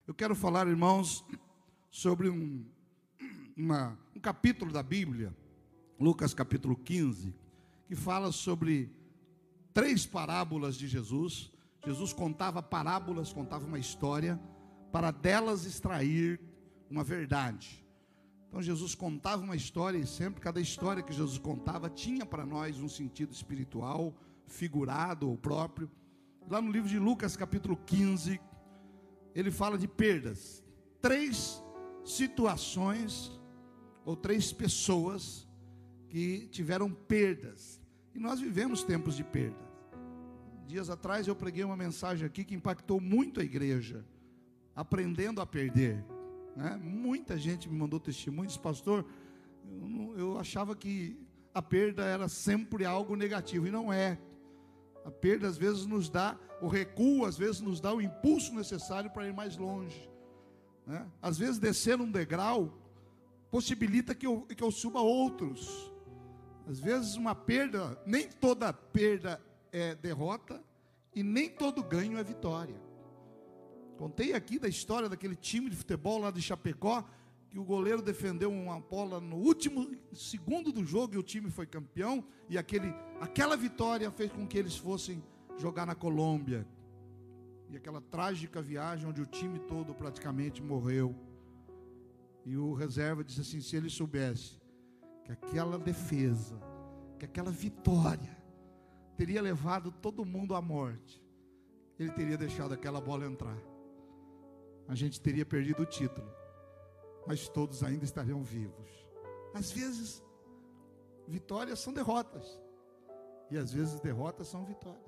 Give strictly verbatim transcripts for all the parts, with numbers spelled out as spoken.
Eu quero falar, irmãos, sobre um, uma, um capítulo da Bíblia, Lucas capítulo quinze, que fala sobre três parábolas de Jesus. Jesus contava parábolas, contava uma história, para delas extrair uma verdade. Então Jesus contava uma história, e sempre cada história que Jesus contava tinha para nós um sentido espiritual, figurado ou próprio. Lá no livro de Lucas capítulo quinze, ele fala de perdas. Três situações, ou três pessoas que tiveram perdas. E nós vivemos tempos de perda. Dias atrás eu preguei uma mensagem aqui que impactou muito a igreja. Aprendendo a perder, né? Muita gente me mandou testemunhos, pastor, eu, não, eu achava que a perda era sempre algo negativo, e não é. A perda às vezes nos dá o recuo, às vezes nos dá o impulso necessário para ir mais longe, né? Às vezes descer um degrau possibilita que eu, que eu suba outros. Às vezes uma perda, nem toda perda é derrota, e nem todo ganho é vitória. Contei aqui da história daquele time de futebol lá de Chapecó, que o goleiro defendeu uma bola no último segundo do jogo e o time foi campeão, e aquele, aquela vitória fez com que eles fossem jogar na Colômbia. E aquela trágica viagem onde o time todo praticamente morreu. E o reserva disse assim: se ele soubesse que aquela defesa, que aquela vitória teria levado todo mundo à morte, ele teria deixado aquela bola entrar. A gente teria perdido o título, mas todos ainda estariam vivos. Às vezes, vitórias são derrotas, e às vezes derrotas são vitórias.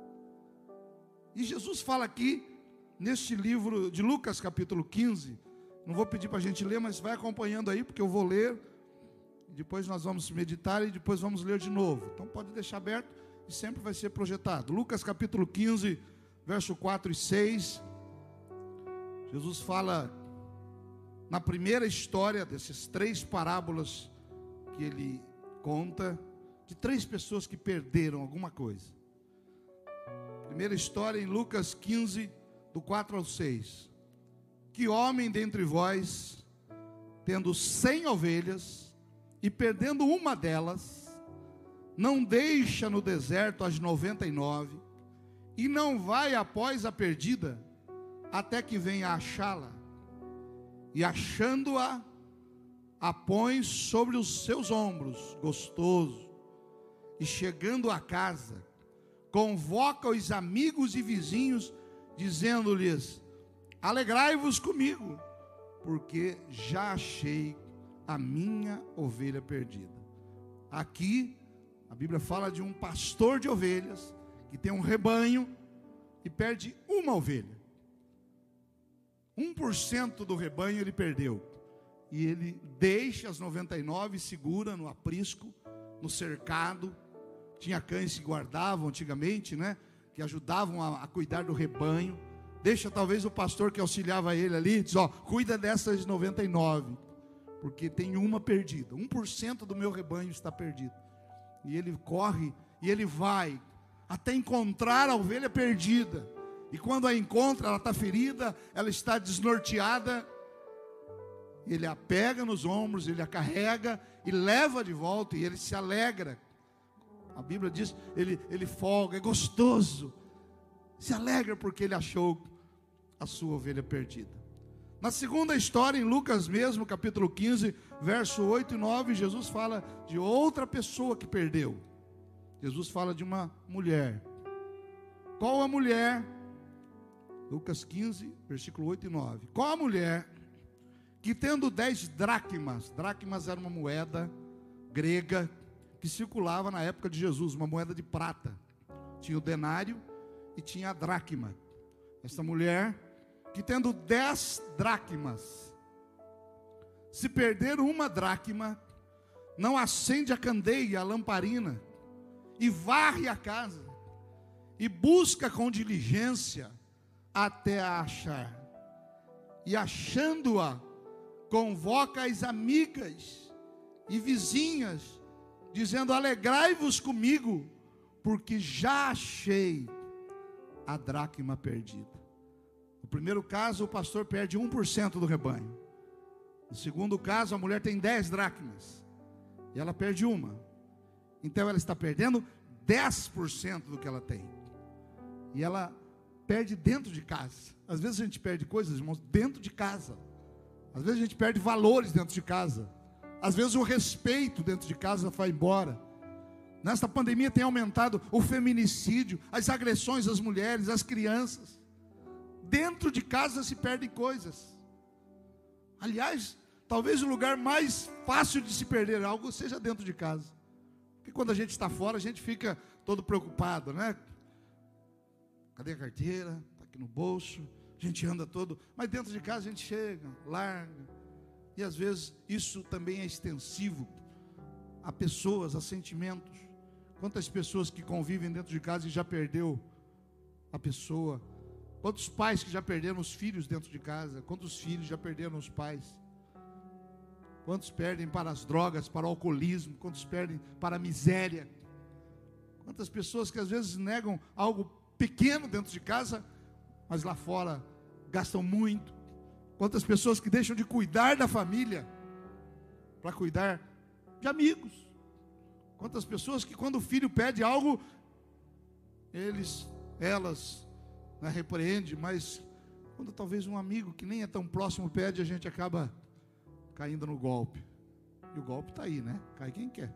E Jesus fala aqui, neste livro de Lucas capítulo quinze, não vou pedir para a gente ler, mas vai acompanhando aí, porque eu vou ler, depois nós vamos meditar e depois vamos ler de novo. Então pode deixar aberto e sempre vai ser projetado. Lucas capítulo quinze, verso quatro e seis, Jesus fala, na primeira história dessas três parábolas que ele conta, de três pessoas que perderam alguma coisa. Primeira história em Lucas quinze, do quatro ao seis. Que homem dentre vós, tendo cem ovelhas, e perdendo uma delas, não deixa no deserto as noventa e nove, e não vai após a perdida, até que venha achá-la, e achando-a, a põe sobre os seus ombros, gostoso, e chegando a casa, convoca os amigos e vizinhos, dizendo-lhes: alegrai-vos comigo, porque já achei a minha ovelha perdida. Aqui, a Bíblia fala de um pastor de ovelhas, que tem um rebanho, e perde uma ovelha. um por cento do rebanho ele perdeu, e ele deixa as noventa e nove, segura no aprisco, no cercado. Tinha cães que guardavam antigamente, né, que ajudavam a, a cuidar do rebanho. Deixa talvez o pastor que auxiliava ele ali, diz: ó, cuida dessas noventa e nove, porque tem uma perdida, um por cento do meu rebanho está perdido. E ele corre, e ele vai, até encontrar a ovelha perdida. E quando a encontra, ela está ferida, ela está desnorteada. Ele a pega nos ombros, ele a carrega e leva de volta, e ele se alegra. A Bíblia diz, ele, ele folga, é gostoso, se alegra porque ele achou a sua ovelha perdida. Na segunda história, em Lucas mesmo, capítulo quinze, verso oito e nove, Jesus fala de outra pessoa que perdeu. Jesus fala de uma mulher. Qual a mulher? Lucas quinze, versículo oito e nove. Qual a mulher que, tendo dez dracmas, dracmas era uma moeda grega que circulava na época de Jesus, uma moeda de prata. Tinha o denário e tinha a dracma. Esta mulher, que tendo dez dracmas, se perder uma dracma, não acende a candeia, a lamparina, e varre a casa, e busca com diligência até a achar. E achando-a, convoca as amigas e vizinhas, dizendo: alegrai-vos comigo, porque já achei a dracma perdida. primeiro caso, o pastor perde um por cento do rebanho. No segundo caso, a mulher tem dez dracmas e ela perde uma. Então ela está perdendo dez por cento do que ela tem. E ela perde dentro de casa. Às vezes a gente perde coisas, irmãos, dentro de casa. Às vezes a gente perde valores dentro de casa. Às vezes o respeito dentro de casa vai embora. Nesta pandemia tem aumentado o feminicídio, as agressões às mulheres, às crianças. Dentro de casa se perdem coisas. Aliás, talvez o lugar mais fácil de se perder algo seja dentro de casa. Porque quando a gente está fora, a gente fica todo preocupado, né? Cadê a carteira? Está aqui no bolso. A gente anda todo. Mas dentro de casa a gente chega, larga. E às vezes isso também é extensivo a pessoas, a sentimentos. Quantas pessoas que convivem dentro de casa e já perdeu a pessoa. Quantos pais que já perderam os filhos dentro de casa. Quantos filhos já perderam os pais. Quantos perdem para as drogas, para o alcoolismo. Quantos perdem para a miséria. Quantas pessoas que às vezes negam algo pequeno dentro de casa, mas lá fora gastam muito. Quantas pessoas que deixam de cuidar da família para cuidar de amigos. Quantas pessoas que quando o filho pede algo, eles, elas, né, repreendem, mas quando talvez um amigo que nem é tão próximo pede, a gente acaba caindo no golpe. E o golpe está aí, né? Cai quem quer.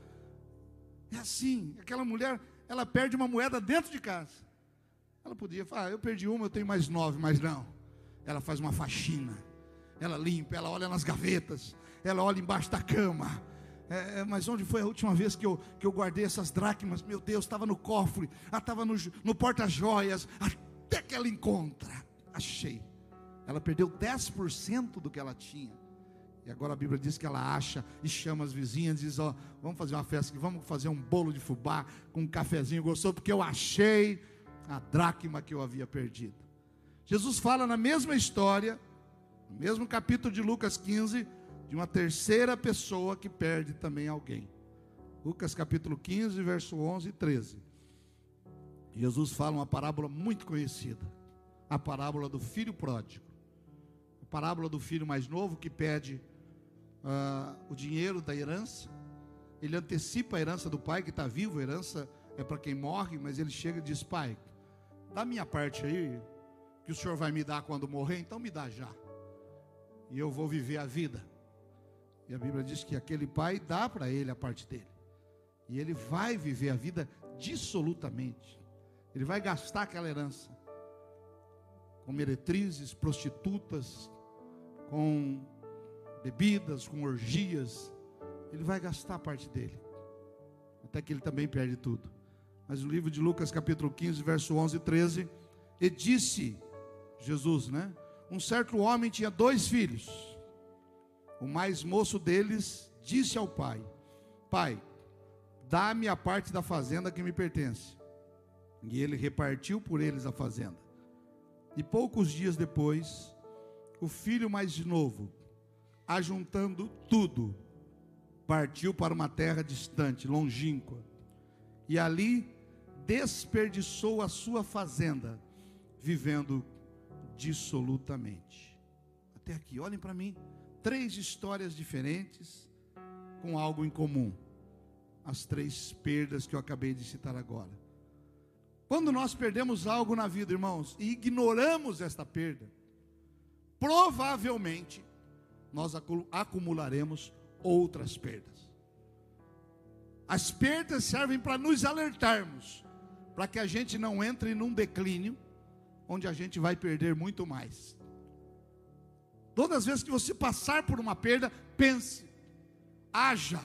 É assim, aquela mulher, ela perde uma moeda dentro de casa. Ela podia falar, ah, eu perdi uma, eu tenho mais nove, mas não. Ela faz uma faxina, ela limpa, ela olha nas gavetas, ela olha embaixo da cama. É, mas onde foi a última vez que eu, que eu guardei essas dracmas? Meu Deus, estava no cofre, estava no, no porta-joias, até que ela encontra. Achei. Ela perdeu dez por cento do que ela tinha. E agora a Bíblia diz que ela acha e chama as vizinhas e diz, ó, vamos fazer uma festa aqui, vamos fazer um bolo de fubá com um cafezinho gostoso, porque eu achei a dracma que eu havia perdido. Jesus fala na mesma história, no mesmo capítulo de Lucas quinze, de uma terceira pessoa que perde também alguém. Lucas capítulo quinze, verso onze e treze. Jesus fala uma parábola muito conhecida, a parábola do filho pródigo. A parábola do filho mais novo que pede uh, o dinheiro da herança. Ele antecipa a herança do pai que está vivo. A herança é para quem morre, mas ele chega e diz, pai, dá minha parte aí, que o senhor vai me dar quando morrer, então me dá já, e eu vou viver a vida. E a Bíblia diz que aquele pai dá para ele a parte dele, e ele vai viver a vida dissolutamente. Ele vai gastar aquela herança com meretrizes, prostitutas, com bebidas, com orgias. Ele vai gastar a parte dele, até que ele também perde tudo. Mas no livro de Lucas capítulo quinze, verso onze e treze, e disse Jesus, né? Um certo homem tinha dois filhos. O mais moço deles disse ao pai, pai, dá-me a parte da fazenda que me pertence. E ele repartiu por eles a fazenda. E poucos dias depois, o filho mais novo, ajuntando tudo, partiu para uma terra distante, longínqua, e ali desperdiçou a sua fazenda, vivendo dissolutamente. Até aqui, olhem para mim, três histórias diferentes, com algo em comum, as três perdas que eu acabei de citar agora. Quando nós perdemos algo na vida, irmãos, e ignoramos esta perda, provavelmente nós acumularemos outras perdas. As perdas servem para nos alertarmos, para que a gente não entre num declínio, onde a gente vai perder muito mais. Todas as vezes que você passar por uma perda, pense, haja,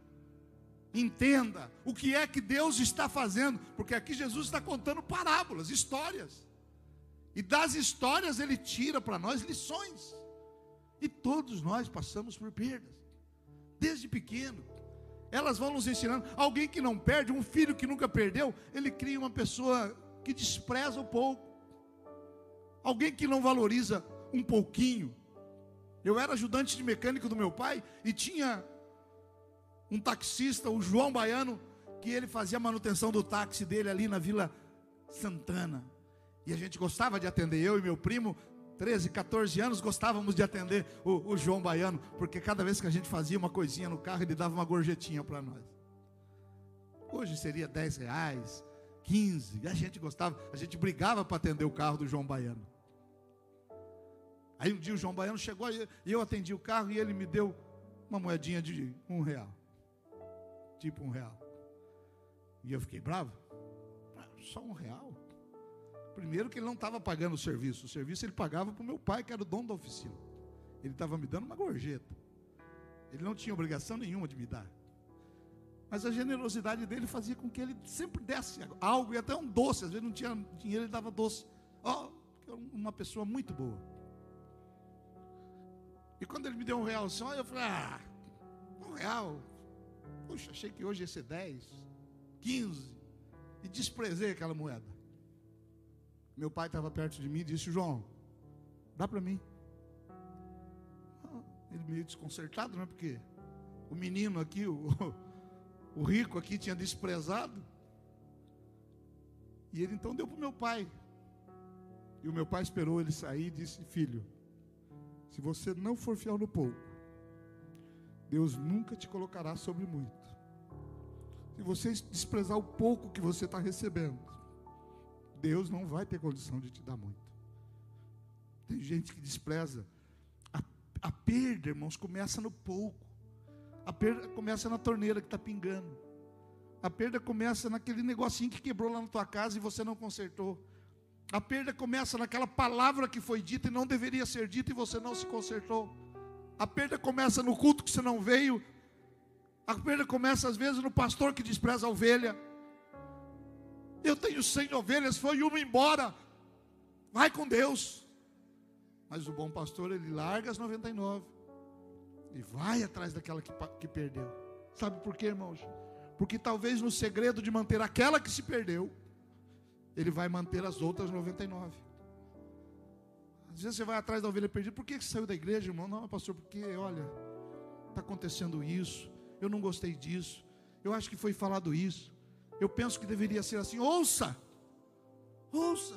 entenda o que é que Deus está fazendo, porque aqui Jesus está contando parábolas, histórias, e das histórias Ele tira para nós lições, e todos nós passamos por perdas, desde pequeno, elas vão nos ensinando. Alguém que não perde, um filho que nunca perdeu, ele cria uma pessoa que despreza um pouco, alguém que não valoriza um pouquinho. Eu era ajudante de mecânico do meu pai, e tinha um taxista, o João Baiano, que ele fazia a manutenção do táxi dele ali na Vila Santana. E a gente gostava de atender, eu e meu primo, treze, quatorze anos, gostávamos de atender o, o João Baiano, porque cada vez que a gente fazia uma coisinha no carro, ele dava uma gorjetinha para nós. Hoje seria dez reais, quinze, e a gente gostava, a gente brigava para atender o carro do João Baiano. Aí um dia o João Baiano chegou e eu atendi o carro e ele me deu uma moedinha de um real. Tipo um real. E eu fiquei bravo. Só um real? Primeiro que ele não estava pagando o serviço. O serviço ele pagava para o meu pai, que era o dono da oficina. Ele estava me dando uma gorjeta. Ele não tinha obrigação nenhuma de me dar. Mas a generosidade dele fazia com que ele sempre desse algo, e até um doce. Às vezes não tinha dinheiro, ele dava doce. Ó, oh, uma pessoa muito boa. E quando ele me deu um real só, eu falei, ah, um real. Puxa, achei que hoje ia ser dez, quinze. E desprezei aquela moeda. Meu pai estava perto de mim e disse, João, dá para mim. Ele meio desconcertado, né? Porque o menino aqui, o, o rico aqui tinha desprezado. E ele então deu para o meu pai. E o meu pai esperou ele sair e disse, filho, se você não for fiel no pouco, Deus nunca te colocará sobre muito. Se você desprezar o pouco que você está recebendo, Deus não vai ter condição de te dar muito. Tem gente que despreza. A, a perda, irmãos, começa no pouco. A perda começa na torneira que está pingando. A perda começa naquele negocinho que quebrou lá na tua casa e você não consertou. A perda começa naquela palavra que foi dita e não deveria ser dita e você não se consertou. A perda começa no culto que você não veio. A perda começa às vezes no pastor que despreza a ovelha. Eu tenho cem ovelhas, foi uma embora. Vai com Deus. Mas o bom pastor, ele larga as noventa e nove e vai atrás daquela que, que perdeu. Sabe por quê, irmãos? Porque talvez no segredo de manter aquela que se perdeu, ele vai manter as outras noventa e nove. Às vezes você vai atrás da ovelha perdida. Por que você saiu da igreja, irmão? Não, pastor, porque, olha, está acontecendo isso. Eu não gostei disso. Eu acho que foi falado isso. Eu penso que deveria ser assim. Ouça! Ouça!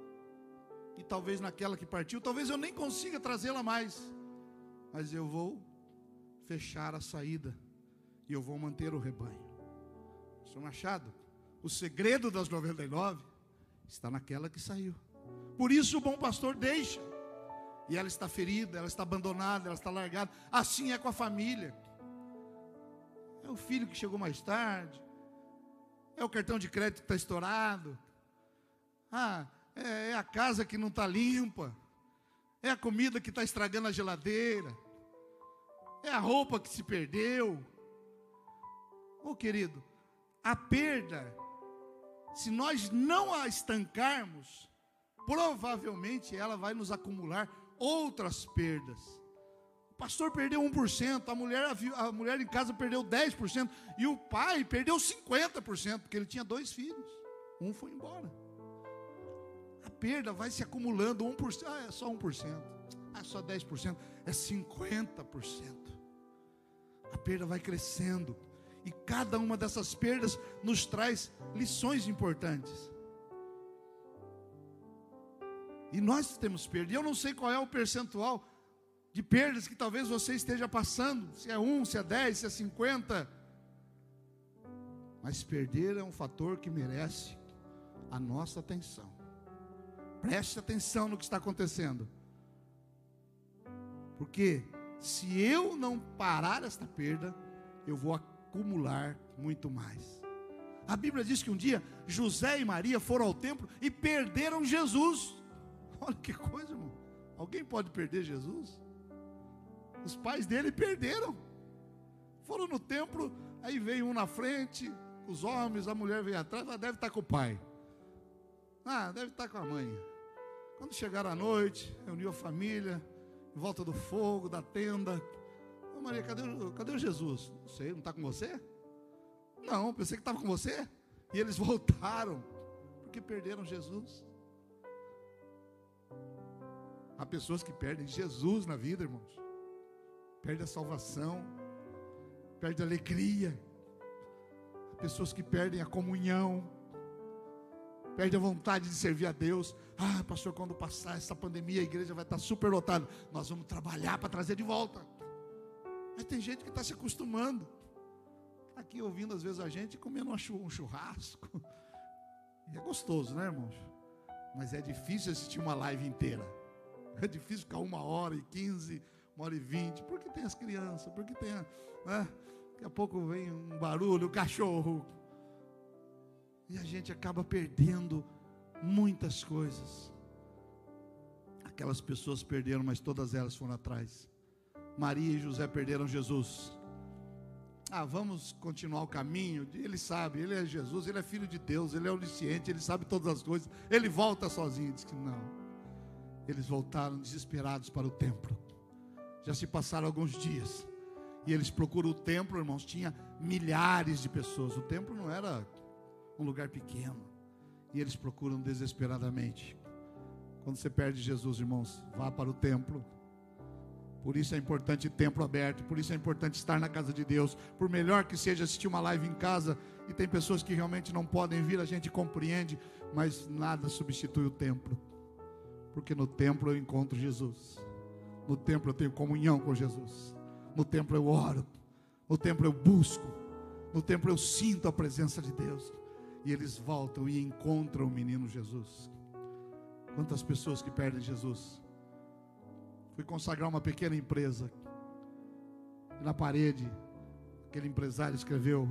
E talvez naquela que partiu, talvez eu nem consiga trazê-la mais. Mas eu vou fechar a saída. E eu vou manter o rebanho. Senhor Machado, o segredo das noventa e nove está naquela que saiu. Por isso o bom pastor deixa. E ela está ferida, ela está abandonada, ela está largada. Assim é com a família. É o filho que chegou mais tarde. É o cartão de crédito que está estourado. Ah, é, é a casa que não está limpa. É a comida que está estragando a geladeira. É a roupa que se perdeu. Ô querido, a perda, se nós não a estancarmos, provavelmente ela vai nos acumular outras perdas. O pastor perdeu um por cento, a mulher, a mulher em casa perdeu dez por cento, e o pai perdeu cinquenta por cento, porque ele tinha dois filhos, um foi embora. A perda vai se acumulando, um por cento, ah, é só um por cento, ah, é só dez por cento, é cinquenta por cento. A perda vai crescendo, e cada uma dessas perdas nos traz lições importantes. E nós temos perda. E eu não sei qual é o percentual de perdas que talvez você esteja passando. Se é um, se é dez, se é cinquenta. Mas perder é um fator que merece a nossa atenção. Preste atenção no que está acontecendo. Porque se eu não parar esta perda, eu vou acumular muito mais. A Bíblia diz que um dia José e Maria foram ao templo e perderam Jesus. Olha que coisa, irmão. Alguém pode perder Jesus? Os pais dele perderam. Foram no templo, aí veio um na frente, os homens, a mulher veio atrás, ela deve estar com o pai. Ah, deve estar com a mãe. Quando chegaram à noite, reuniu a família, em volta do fogo, da tenda. Ô Maria, cadê, cadê o Jesus? Não sei, não está com você? Não, pensei que estava com você. E eles voltaram, porque perderam Jesus. Há pessoas que perdem Jesus na vida, irmãos. Perde a salvação, perde a alegria. Há pessoas que perdem a comunhão, perde a vontade de servir a Deus. Ah, pastor, quando passar essa pandemia, a igreja vai estar super lotada. Nós vamos trabalhar para trazer de volta. Mas tem gente que está se acostumando. Aqui ouvindo às vezes a gente comendo um churrasco. E é gostoso, né, irmãos? Mas é difícil assistir uma live inteira. É difícil ficar uma hora e quinze, uma hora e vinte. Porque tem as crianças, porque tem a, né? Daqui a pouco vem um barulho, o cachorro. E a gente acaba perdendo muitas coisas. Aquelas pessoas perderam, mas todas elas foram atrás. Maria e José perderam Jesus. Ah, vamos continuar o caminho. Ele sabe, ele é Jesus, ele é filho de Deus, ele é onisciente, ele sabe todas as coisas. Ele volta sozinho. Diz que não. Eles voltaram desesperados para o templo. Já se passaram alguns dias. E eles procuram o templo, irmãos. Tinha milhares de pessoas. O templo não era um lugar pequeno. E eles procuram desesperadamente. Quando você perde Jesus, irmãos, vá para o templo. Por isso é importante templo aberto. Por isso é importante estar na casa de Deus. Por melhor que seja assistir uma live em casa, e tem pessoas que realmente não podem vir, a gente compreende, mas nada substitui o templo. Porque no templo eu encontro Jesus. No templo eu tenho comunhão com Jesus. No templo eu oro. No templo eu busco. No templo eu sinto a presença de Deus. E eles voltam e encontram o menino Jesus. Quantas pessoas que perdem Jesus. Fui consagrar uma pequena empresa. E na parede, aquele empresário escreveu: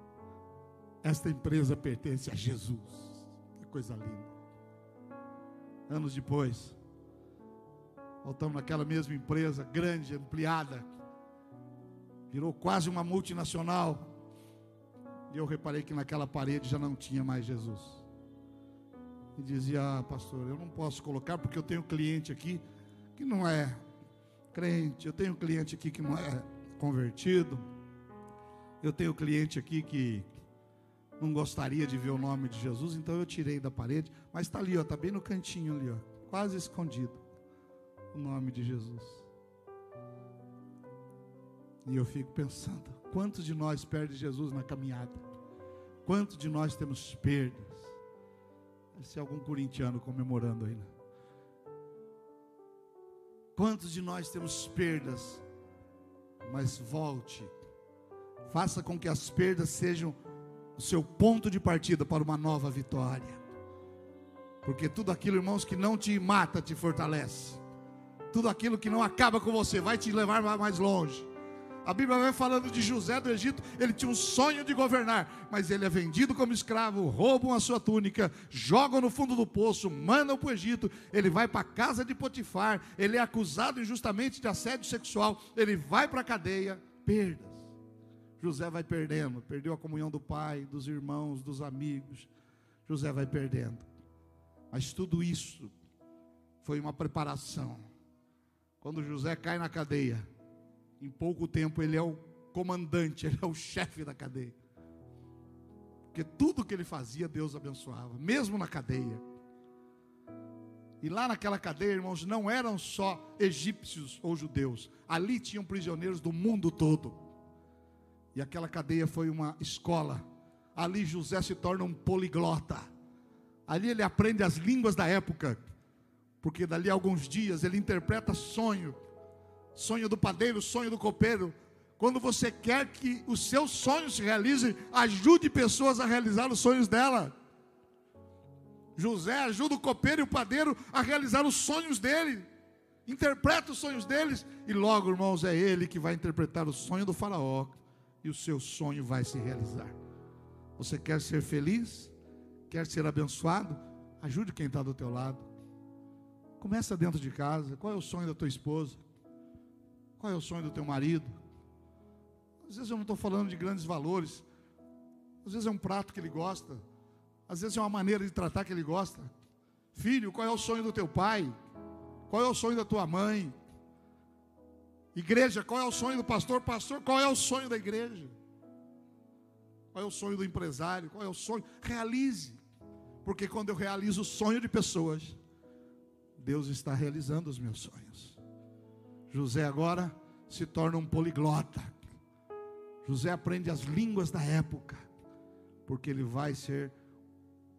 esta empresa pertence a Jesus. Que coisa linda. Anos depois, voltamos naquela mesma empresa, grande, ampliada. Virou quase uma multinacional. E eu reparei que naquela parede já não tinha mais Jesus. E dizia: ah, pastor, eu não posso colocar porque eu tenho cliente aqui que não é crente. Eu tenho cliente aqui que não é convertido. Eu tenho cliente aqui que não gostaria de ver o nome de Jesus. Então eu tirei da parede. Mas está ali, ó, está bem no cantinho ali, ó, quase escondido, o nome de Jesus. E eu fico pensando, quantos de nós perde Jesus na caminhada? Quantos de nós temos perdas? Deve ser algum corintiano comemorando aí, né? Quantos de nós temos perdas? Mas volte, faça com que as perdas sejam o seu ponto de partida para uma nova vitória. Porque tudo aquilo, irmãos, que não te mata, te fortalece. Tudo aquilo que não acaba com você, vai te levar mais longe. A Bíblia vai falando de José do Egito. Ele tinha um sonho de governar, mas ele é vendido como escravo. Roubam a sua túnica, jogam no fundo do poço, mandam para o Egito. Ele vai para a casa de Potifar. Ele é acusado injustamente de assédio sexual. Ele vai para a cadeia. Perdas. José vai perdendo. Perdeu a comunhão do pai, dos irmãos, dos amigos. José vai perdendo. Mas tudo isso foi uma preparação. Quando José cai na cadeia, em pouco tempo ele é o comandante, ele é o chefe da cadeia. Porque tudo que ele fazia, Deus abençoava, mesmo na cadeia. E lá naquela cadeia, irmãos, não eram só egípcios ou judeus. Ali tinham prisioneiros do mundo todo. E aquela cadeia foi uma escola. Ali José se torna um poliglota. Ali ele aprende as línguas da época. Porque dali a alguns dias ele interpreta sonho. Sonho do padeiro, sonho do copeiro. Quando você quer que os seus sonhos se realizem, ajude pessoas a realizar os sonhos dela. José ajuda o copeiro e o padeiro a realizar os sonhos dele. Interpreta os sonhos deles. E logo, irmãos, é ele que vai interpretar o sonho do faraó. E o seu sonho vai se realizar. Você quer ser feliz? Quer ser abençoado? Ajude quem está do teu lado. Começa dentro de casa. Qual é o sonho da tua esposa? Qual é o sonho do teu marido? Às vezes eu não estou falando de grandes valores. Às vezes é um prato que ele gosta. Às vezes é uma maneira de tratar que ele gosta. Filho, qual é o sonho do teu pai? Qual é o sonho da tua mãe? Igreja, qual é o sonho do pastor? Pastor, qual é o sonho da igreja? Qual é o sonho do empresário? Qual é o sonho? Realize. Porque quando eu realizo o sonho de pessoas, Deus está realizando os meus sonhos. José agora se torna um poliglota. José aprende as línguas da época, porque ele vai ser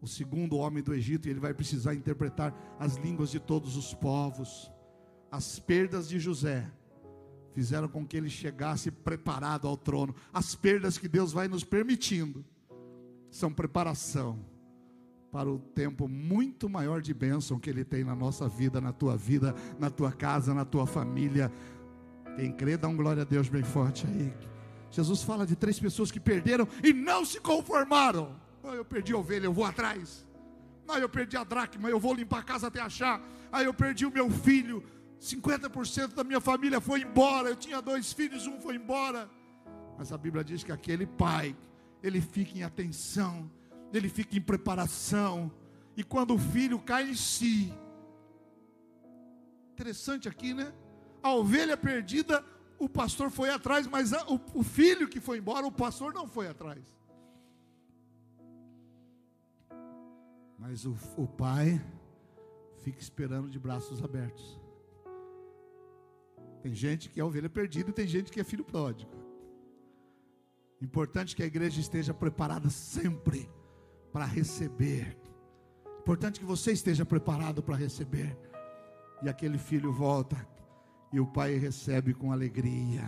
o segundo homem do Egito, e ele vai precisar interpretar as línguas de todos os povos. As perdas de José fizeram com que ele chegasse preparado ao trono. As perdas que Deus vai nos permitindo são preparação para o tempo muito maior de bênção que Ele tem na nossa vida, na tua vida, na tua casa, na tua família. Quem crê, dá um glória a Deus bem forte aí. Jesus fala de três pessoas que perderam e não se conformaram. Ah, eu perdi a ovelha, eu vou atrás. Ah, eu perdi a dracma, eu vou limpar a casa até achar. Ah, eu perdi o meu filho, cinquenta por cento da minha família foi embora. Eu tinha dois filhos, um foi embora. Mas a Bíblia diz que aquele pai, ele fica em atenção, ele fica em preparação, e quando o filho cai em si, interessante aqui, né? A ovelha perdida, o pastor foi atrás, mas a, o, o filho que foi embora, o pastor não foi atrás. Mas o, o pai fica esperando de braços abertos. Tem gente que é ovelha perdida e tem gente que é filho pródigo. Importante que a igreja esteja preparada sempre para receber. Importante que você esteja preparado para receber. E aquele filho volta e o pai recebe com alegria.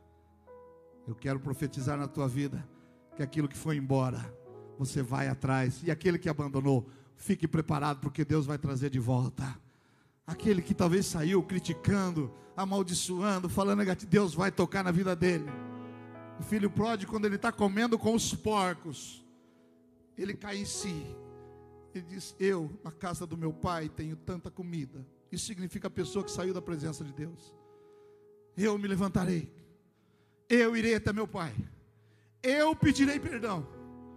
Eu quero profetizar na tua vida que aquilo que foi embora, você vai atrás. E aquele que abandonou, fique preparado, porque Deus vai trazer de volta. Aquele que talvez saiu criticando, amaldiçoando, falando negativo, Deus vai tocar na vida dele. O filho pródigo, quando ele está comendo com os porcos, ele cai em si. Ele diz: eu, na casa do meu pai, tenho tanta comida. Isso significa a pessoa que saiu da presença de Deus. Eu me levantarei, eu irei até meu pai, eu pedirei perdão,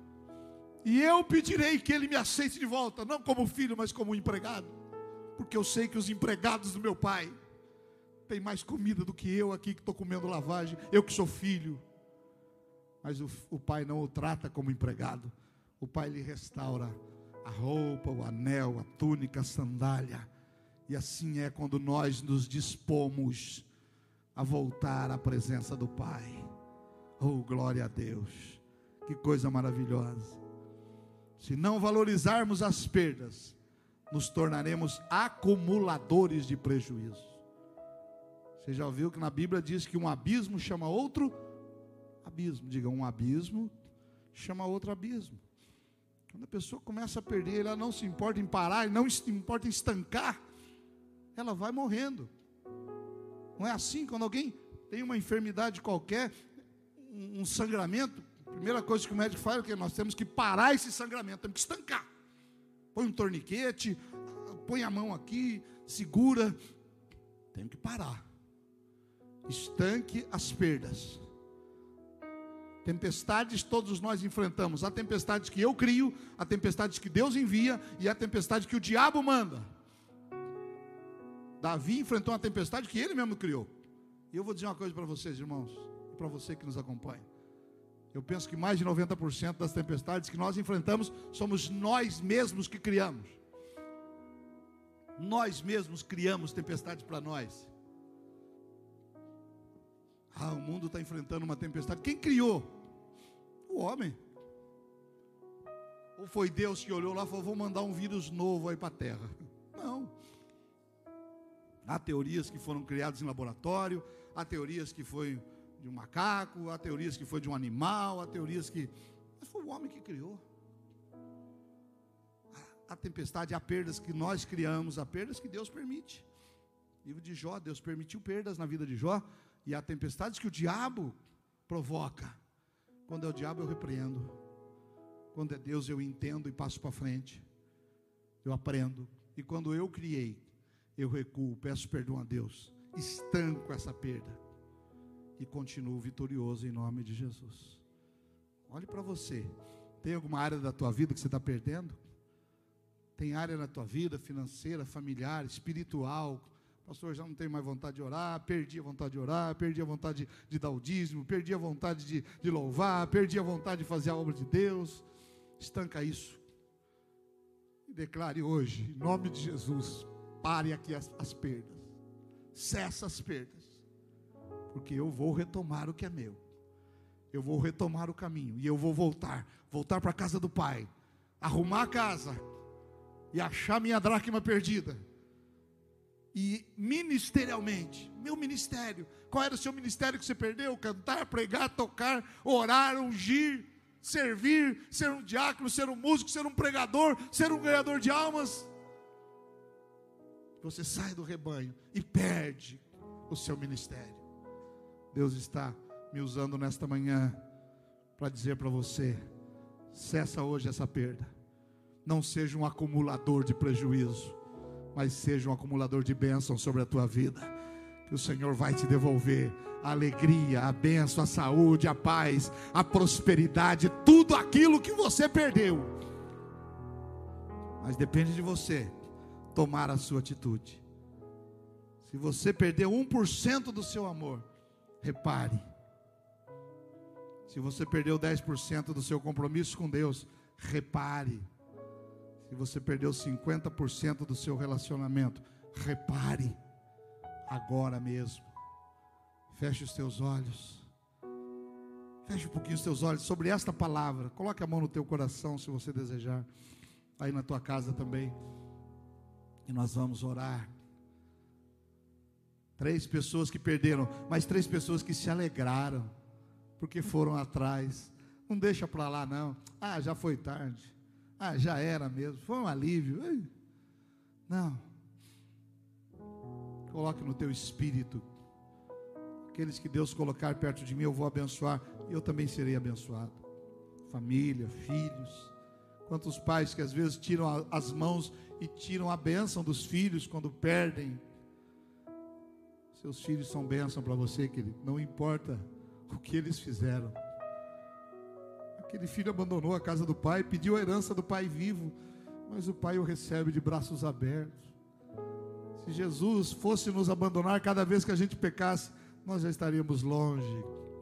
e eu pedirei que ele me aceite de volta, não como filho, mas como empregado, porque eu sei que os empregados do meu pai têm mais comida do que eu aqui que estou comendo lavagem, eu que sou filho. Mas o, o pai não o trata como empregado. O pai lhe restaura a roupa, o anel, a túnica, a sandália. E assim é quando nós nos dispomos a voltar à presença do Pai. Oh, glória a Deus! Que coisa maravilhosa! Se não valorizarmos as perdas, nos tornaremos acumuladores de prejuízo. Você já ouviu que na Bíblia diz que um abismo chama outro abismo? Diga, um abismo chama outro abismo. Quando a pessoa começa a perder, ela não se importa em parar, não se importa em estancar, ela vai morrendo. Não é assim? Quando alguém tem uma enfermidade qualquer, um sangramento, a primeira coisa que o médico faz é que nós temos que parar esse sangramento, temos que estancar. Põe um torniquete, põe a mão aqui, segura, tem que parar. Estanque as perdas. Tempestades todos nós enfrentamos. Há tempestades que eu crio, há tempestades que Deus envia, e há tempestade que o diabo manda. Davi enfrentou uma tempestade que ele mesmo criou. E eu vou dizer uma coisa para vocês, irmãos, e para você que nos acompanha. Eu penso que mais de noventa por cento das tempestades que nós enfrentamos somos nós mesmos que criamos. Nós mesmos criamos tempestades para nós. Ah, o mundo está enfrentando uma tempestade. Quem criou? O homem. Ou foi Deus que olhou lá e falou: vou mandar um vírus novo aí para a terra? Não. Há teorias que foram criadas em laboratório, há teorias que foi de um macaco, há teorias que foi de um animal, há teorias que... Mas foi o homem que criou. Há tempestade, há perdas que nós criamos, há perdas que Deus permite. Livro de Jó, Deus permitiu perdas na vida de Jó. E há tempestades que o diabo provoca. Quando é o diabo, eu repreendo. Quando é Deus, eu entendo e passo para frente. Eu aprendo. E quando eu criei, eu recuo, peço perdão a Deus, estanco essa perda e continuo vitorioso em nome de Jesus. Olhe para você. Tem alguma área da tua vida que você está perdendo? Tem área na tua vida financeira, familiar, espiritual? Pastor, já não tenho mais vontade de orar, perdi a vontade de orar, perdi a vontade de, de dar o dízimo, perdi a vontade de, de louvar, perdi a vontade de fazer a obra de Deus. Estanca isso. E declare hoje, em nome de Jesus, pare aqui as, as perdas. Cessa as perdas. Porque eu vou retomar o que é meu. Eu vou retomar o caminho. E eu vou voltar. Voltar para a casa do Pai. arrumar a casa e achar minha dracma perdida. E ministerialmente, meu ministério, qual era o seu ministério que você perdeu? Cantar, pregar, tocar, orar, ungir, servir, ser um diácono, ser um músico, ser um pregador, ser um ganhador de almas. Você sai do rebanho e perde o seu ministério. Deus está me usando nesta manhã para dizer para você: cessa hoje essa perda. Não seja um acumulador de prejuízo, mas seja um acumulador de bênção sobre a tua vida, que o Senhor vai te devolver a alegria, a bênção, a saúde, a paz, a prosperidade, tudo aquilo que você perdeu. Mas depende de você tomar a sua atitude. Se você perdeu um por cento do seu amor, repare. Se você perdeu dez por cento do seu compromisso com Deus, repare. Se você perdeu cinquenta por cento do seu relacionamento, repare. Agora mesmo. Feche os teus olhos. Feche um pouquinho os teus olhos sobre esta palavra. Coloque a mão no teu coração, se você desejar. Aí na tua casa também. E nós vamos orar. Três pessoas que perderam, mas três pessoas que se alegraram, porque foram atrás. Não deixa para lá não. Ah, já foi tarde. Ah, já era mesmo. Foi um alívio. Não. Coloque no teu espírito. Aqueles que Deus colocar perto de mim, eu vou abençoar. E eu também serei abençoado. Família, filhos. Quantos pais que às vezes tiram as mãos e tiram a bênção dos filhos quando perdem. Seus filhos são bênção para você, querido. Não importa o que eles fizeram. Aquele filho abandonou a casa do pai, pediu a herança do pai vivo, mas o pai o recebe de braços abertos. Se Jesus fosse nos abandonar cada vez que a gente pecasse, nós já estaríamos longe.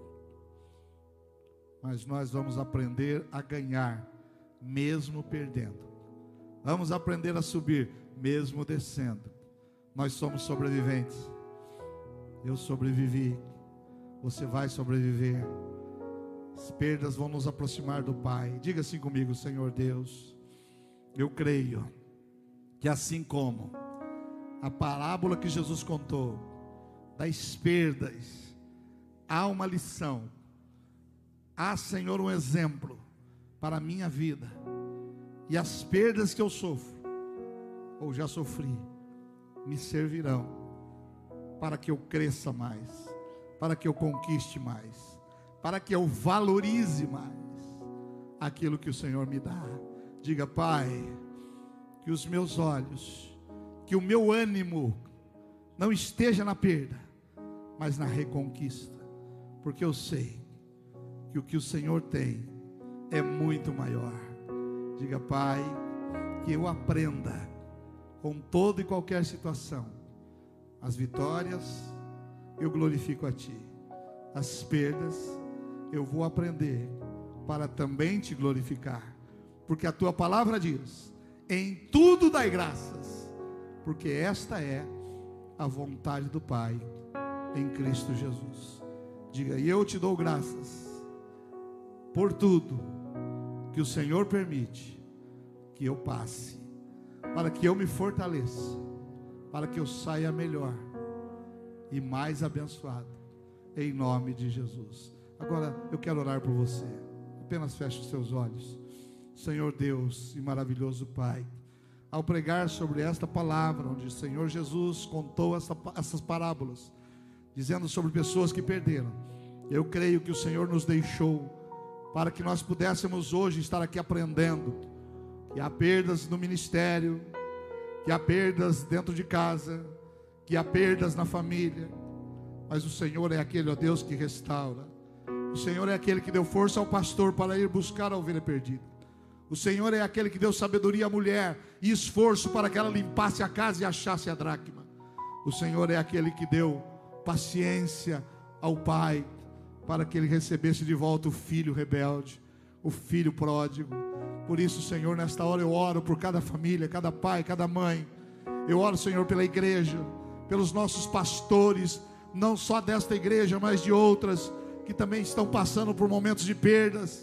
Mas nós vamos aprender a ganhar, mesmo perdendo. Vamos aprender a subir, mesmo descendo. Nós somos sobreviventes. Eu sobrevivi. Você vai sobreviver. As perdas vão nos aproximar do Pai. Diga assim comigo: Senhor Deus, eu creio que assim como a parábola que Jesus contou das perdas, há uma lição, há, Senhor, um exemplo para a minha vida. E as perdas que eu sofro, ou já sofri, me servirão para que eu cresça mais, para que eu conquiste mais, para que eu valorize mais aquilo que o Senhor me dá. Diga: Pai, que os meus olhos, que o meu ânimo não esteja na perda, mas na reconquista, porque eu sei que o que o Senhor tem é muito maior. Diga: Pai, que eu aprenda com toda e qualquer situação, as vitórias eu glorifico a Ti, as perdas eu vou aprender para também Te glorificar, porque a Tua palavra diz: em tudo dai graças, porque esta é a vontade do Pai em Cristo Jesus. Diga: e eu Te dou graças por tudo que o Senhor permite que eu passe, para que eu me fortaleça, para que eu saia melhor e mais abençoado, em nome de Jesus. Agora eu quero orar por você. Apenas feche os seus olhos. Senhor Deus e maravilhoso Pai, ao pregar sobre esta palavra, onde o Senhor Jesus contou essa, essas parábolas, dizendo sobre pessoas que perderam, eu creio que o Senhor nos deixou para que nós pudéssemos hoje estar aqui aprendendo que há perdas no ministério, que há perdas dentro de casa, que há perdas na família, mas o Senhor é aquele, ó Deus, que restaura. O Senhor é aquele que deu força ao pastor para ir buscar a ovelha perdida. O Senhor é aquele que deu sabedoria à mulher e esforço para que ela limpasse a casa e achasse a dracma. O Senhor é aquele que deu paciência ao pai para que ele recebesse de volta o filho rebelde, o filho pródigo. Por isso, Senhor, nesta hora eu oro por cada família, cada pai, cada mãe. Eu oro, Senhor, pela igreja, pelos nossos pastores, não só desta igreja, mas de outras que também estão passando por momentos de perdas.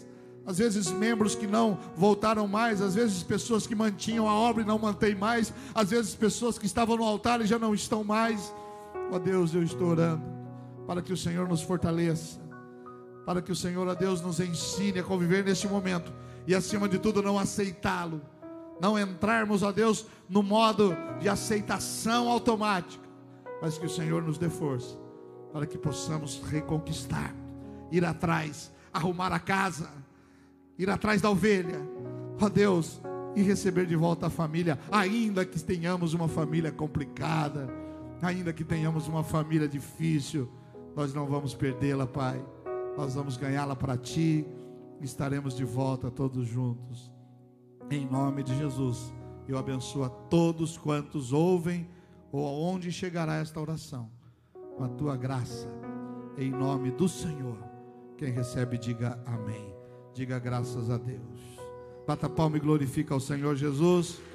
às vezes membros que não voltaram mais, às vezes pessoas que mantinham a obra e não mantêm mais, às vezes pessoas que estavam no altar e já não estão mais. Ó Deus, eu estou orando para que o Senhor nos fortaleça, para que o Senhor, ó Deus, nos ensine a conviver neste momento e acima de tudo não aceitá-lo, não entrarmos, ó Deus, no modo de aceitação automática, mas que o Senhor nos dê força para que possamos reconquistar, ir atrás, arrumar a casa, ir atrás da ovelha, ó Deus, e receber de volta a família, ainda que tenhamos uma família complicada, ainda que tenhamos uma família difícil, nós não vamos perdê-la, Pai, nós vamos ganhá-la para Ti, e estaremos de volta todos juntos, em nome de Jesus. Eu abençoo a todos quantos ouvem, ou aonde chegará esta oração, com a Tua graça, em nome do Senhor. Quem recebe, diga amém. Diga graças a Deus. Bata a palma e glorifica ao Senhor Jesus.